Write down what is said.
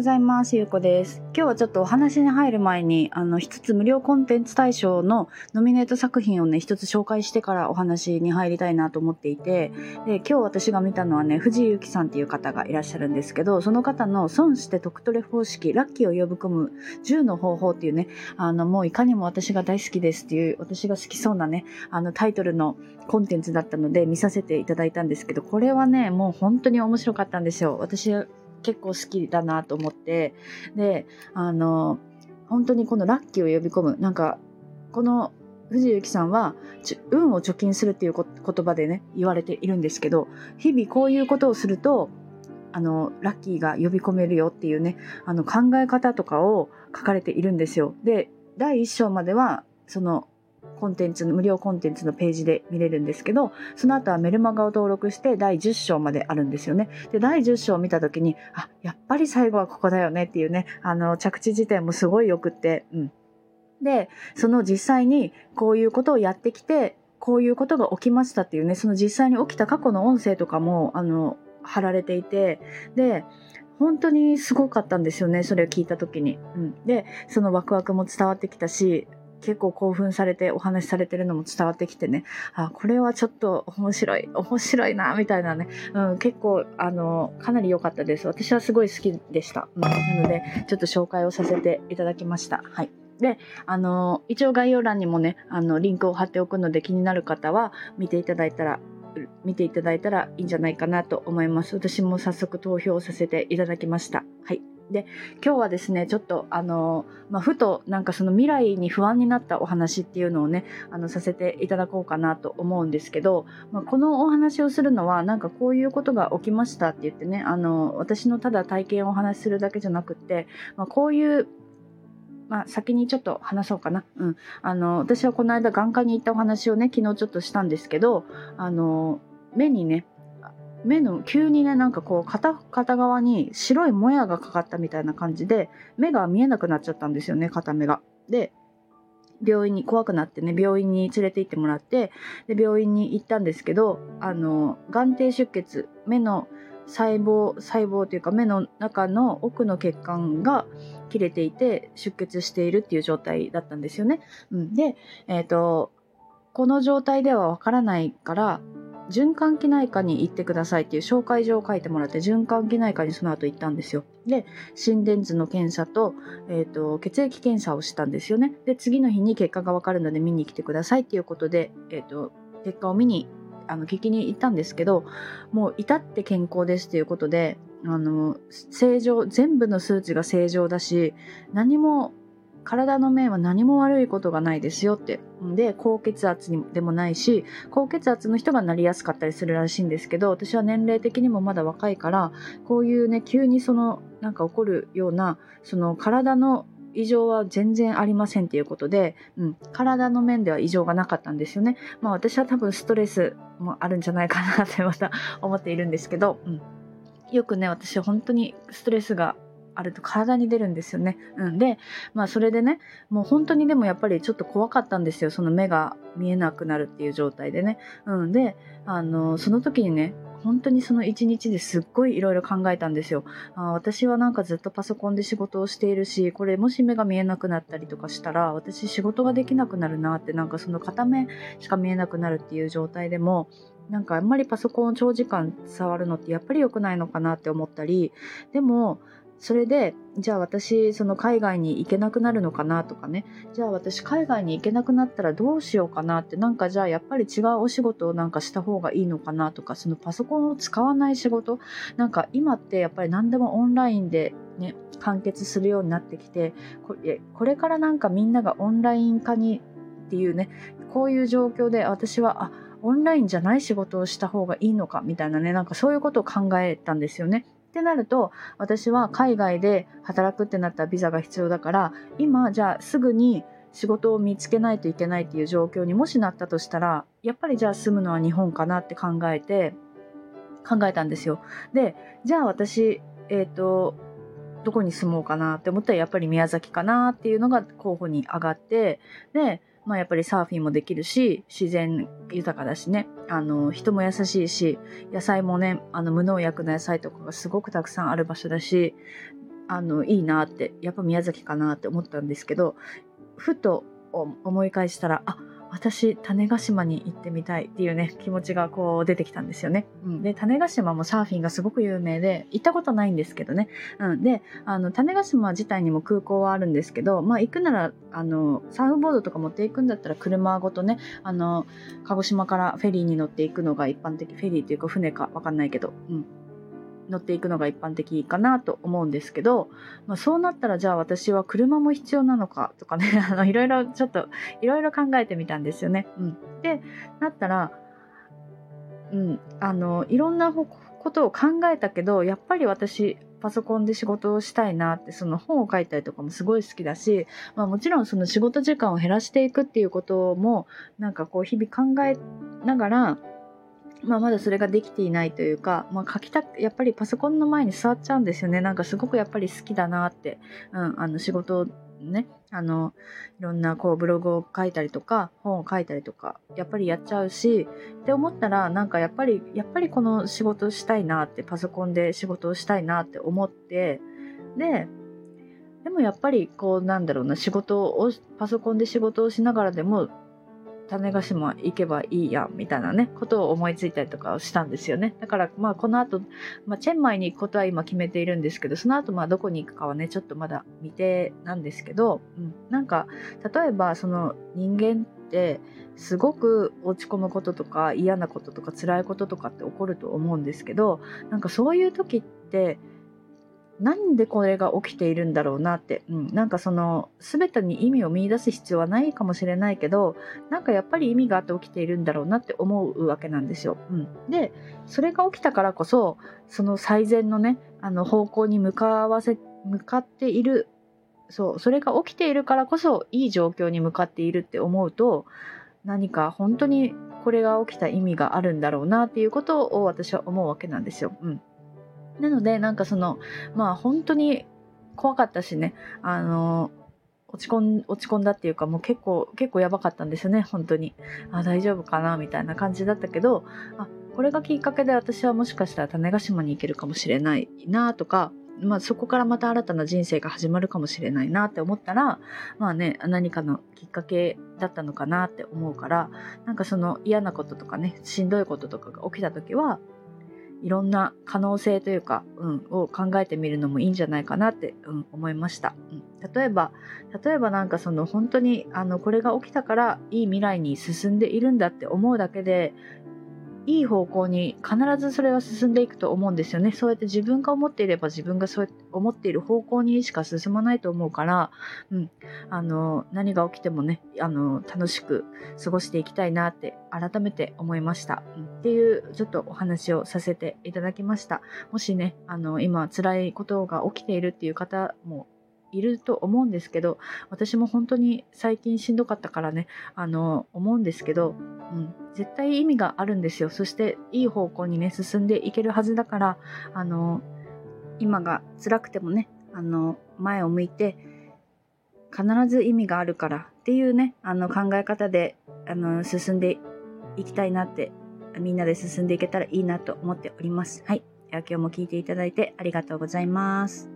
ございます。ゆうこです。今日はちょっとお話に入る前に一つ無料コンテンツ大賞のノミネート作品をね一つ紹介してからお話に入りたいなと思っていて、で今日私が見たのはね藤井由紀さんっていう方がいらっしゃるんですけど、その方の損して得トレ方式ラッキーを呼び込む10の方法っていうねもういかにも私が大好きですっていう私が好きそうなねタイトルのコンテンツだったので見させていただいたんですけど、これはねもう本当に面白かったんですよ。私結構好きだなと思って、で本当にこのラッキーを呼び込む、なんかこの藤井由紀さんは運を貯金するっていう言葉でね言われているんですけど、日々こういうことをするとラッキーが呼び込めるよっていうね考え方とかを書かれているんですよ。で第1章まではそのコンテンツの無料コンテンツのページで見れるんですけど、その後はメルマガを登録して第10章まであるんですよね。で第10章を見た時にやっぱり最後はここだよねっていうね着地自体もすごいよくって、でその実際にこういうことをやってきてこういうことが起きましたっていうね、その実際に起きた過去の音声とかも貼られていて、で本当にすごかったんですよね、それを聞いた時に。でそのワクワクも伝わってきたし、結構興奮されてお話しされてるのも伝わってきてね、これはちょっと面白いなみたいなね、結構かなり良かったです。私はすごい好きでした。なのでちょっと紹介をさせていただきました。はい。で一応概要欄にもねリンクを貼っておくので、気になる方は見ていただいたらいいんじゃないかなと思います。私も早速投票させていただきました。はい。で今日はですねちょっとふとなんかその未来に不安になったお話っていうのをねさせていただこうかなと思うんですけど、このお話をするのはなんかこういうことが起きましたって言ってね私のただ体験をお話しするだけじゃなくって、こういう先にちょっと話そうかな。私はこの間眼科に行ったお話をね昨日ちょっとしたんですけど、目の急にねなんかこう片側に白いもやがかかったみたいな感じで目が見えなくなっちゃったんですよね、片目が。で病院に怖くなってね病院に連れて行ってもらって、で病院に行ったんですけど眼底出血、目の細胞というか目の中の奥の血管が切れていて出血しているっていう状態だったんですよね。でこの状態ではわからないから循環器内科に行ってくださいっていう紹介状を書いてもらって、循環器内科にその後行ったんですよ。で心電図の検査と、血液検査をしたんですよね。で次の日に結果がわかるので見に来てくださいっていうことで、結果を見に聞きに行ったんですけど、もう至って健康ですということで正常、全部の数値が正常だし、体の面は何も悪いことがないですよって。で高血圧でもないし、高血圧の人がなりやすかったりするらしいんですけど、私は年齢的にもまだ若いからこういうね急になんか起こるような体の異常は全然ありませんっていうことで、体の面では異常がなかったんですよね。私は多分ストレスもあるんじゃないかなってまた思っているんですけど、よくね私は本当にストレスがあると体に出るんですよね。でそれでねもう本当にでもやっぱりちょっと怖かったんですよ、その目が見えなくなるっていう状態でね。でその時にね本当にその一日ですっごいいろいろ考えたんですよ。私はなんかずっとパソコンで仕事をしているし、これもし目が見えなくなったりとかしたら私仕事ができなくなるなって、なんかその片目しか見えなくなるっていう状態でもなんかあんまりパソコンを長時間触るのってやっぱり良くないのかなって思ったり、でもそれでじゃあ私海外に行けなくなるのかなとかね、じゃあ私海外に行けなくなったらどうしようかなって、なんかじゃあやっぱり違うお仕事をなんかした方がいいのかなとか、そのパソコンを使わない仕事、なんか今ってやっぱり何でもオンラインでね完結するようになってきて、これからなんかみんながオンライン化にっていうね、こういう状況で私はオンラインじゃない仕事をした方がいいのかみたいなね、なんかそういうことを考えたんですよね。ってなると私は海外で働くってなったらビザが必要だから、今じゃあすぐに仕事を見つけないといけないっていう状況にもしなったとしたら、やっぱりじゃあ住むのは日本かなって考えたんですよ。でじゃあ私どこに住もうかなって思ったらやっぱり宮崎かなっていうのが候補に上がって、でやっぱりサーフィンもできるし自然豊かだしね、人も優しいし、野菜もね無農薬の野菜とかがすごくたくさんある場所だし、 いいなって、やっぱ宮崎かなって思ったんですけど、ふと思い返したら、私種子島に行ってみたいっていうね気持ちがこう出てきたんですよね。で種子島もサーフィンがすごく有名で行ったことないんですけどね。で種子島自体にも空港はあるんですけど、行くならサーフボードとか持っていくんだったら車ごとね鹿児島からフェリーに乗っていくのが一般的。フェリーっていうか船か分かんないけど、乗っていくのが一般的かなと思うんですけど、そうなったらじゃあ私は車も必要なのかとかねいろいろ考えてみたんですよね。でなったら、いろんなことを考えたけど、やっぱり私パソコンで仕事をしたいなって、その本を書いたりとかもすごい好きだし、もちろんその仕事時間を減らしていくっていうこともなんかこう日々考えながら、まだそれができていないというか、やっぱりパソコンの前に座っちゃうんですよね。なんかすごくやっぱり好きだなって、仕事をね、いろんなこうブログを書いたりとか本を書いたりとかやっぱりやっちゃうしって思ったら、なんかやっぱりこの仕事をしたいなって、パソコンで仕事をしたいなって思って、でもやっぱりこうなんだろうな、パソコンで仕事をしながらでも種子島行けばいいやみたいなねことを思いついたりとかしたんですよね。だからこの後、チェンマイに行くことは今決めているんですけど、その後どこに行くかはねちょっとまだ未定なんですけど、なんか例えばその人間ってすごく落ち込むこととか嫌なこととか辛いこととかって起こると思うんですけど、なんかそういう時ってなんでこれが起きているんだろうなって、なんかその全てに意味を見出す必要はないかもしれないけど、なんかやっぱり意味があって起きているんだろうなって思うわけなんですよ。でそれが起きたからこそ、その最善のね方向に向かっている、それが起きているからこそいい状況に向かっているって思うと、何か本当にこれが起きた意味があるんだろうなっていうことを私は思うわけなんですよ。なのでなんかその本当に怖かったしね、落ち込んだっていうか、もう結構やばかったんですよね、本当に。大丈夫かなみたいな感じだったけど、これがきっかけで私はもしかしたら種子島に行けるかもしれないなとか、そこからまた新たな人生が始まるかもしれないなって思ったら、何かのきっかけだったのかなって思うから、なんかその嫌なこととかね、しんどいこととかが起きた時はいろんな可能性というか、を考えてみるのもいいんじゃないかなって、思いました。例えばなんかその本当にこれが起きたからいい未来に進んでいるんだって思うだけで、いい方向に必ずそれは進んでいくと思うんですよね。そうやって自分が思っていれば、自分がそうやって思っている方向にしか進まないと思うから、何が起きてもね楽しく過ごしていきたいなって改めて思いました。っていうちょっとお話をさせていただきました。もしね今辛いことが起きているっていう方もいると思うんですけど、私も本当に最近しんどかったからね思うんですけど、絶対意味があるんですよ。そしていい方向にね進んでいけるはずだから、今が辛くてもね前を向いて必ず意味があるからっていうね考え方で進んでいきたいなって、みんなで進んでいけたらいいなと思っております。はい、では今日も聞いていただいてありがとうございます。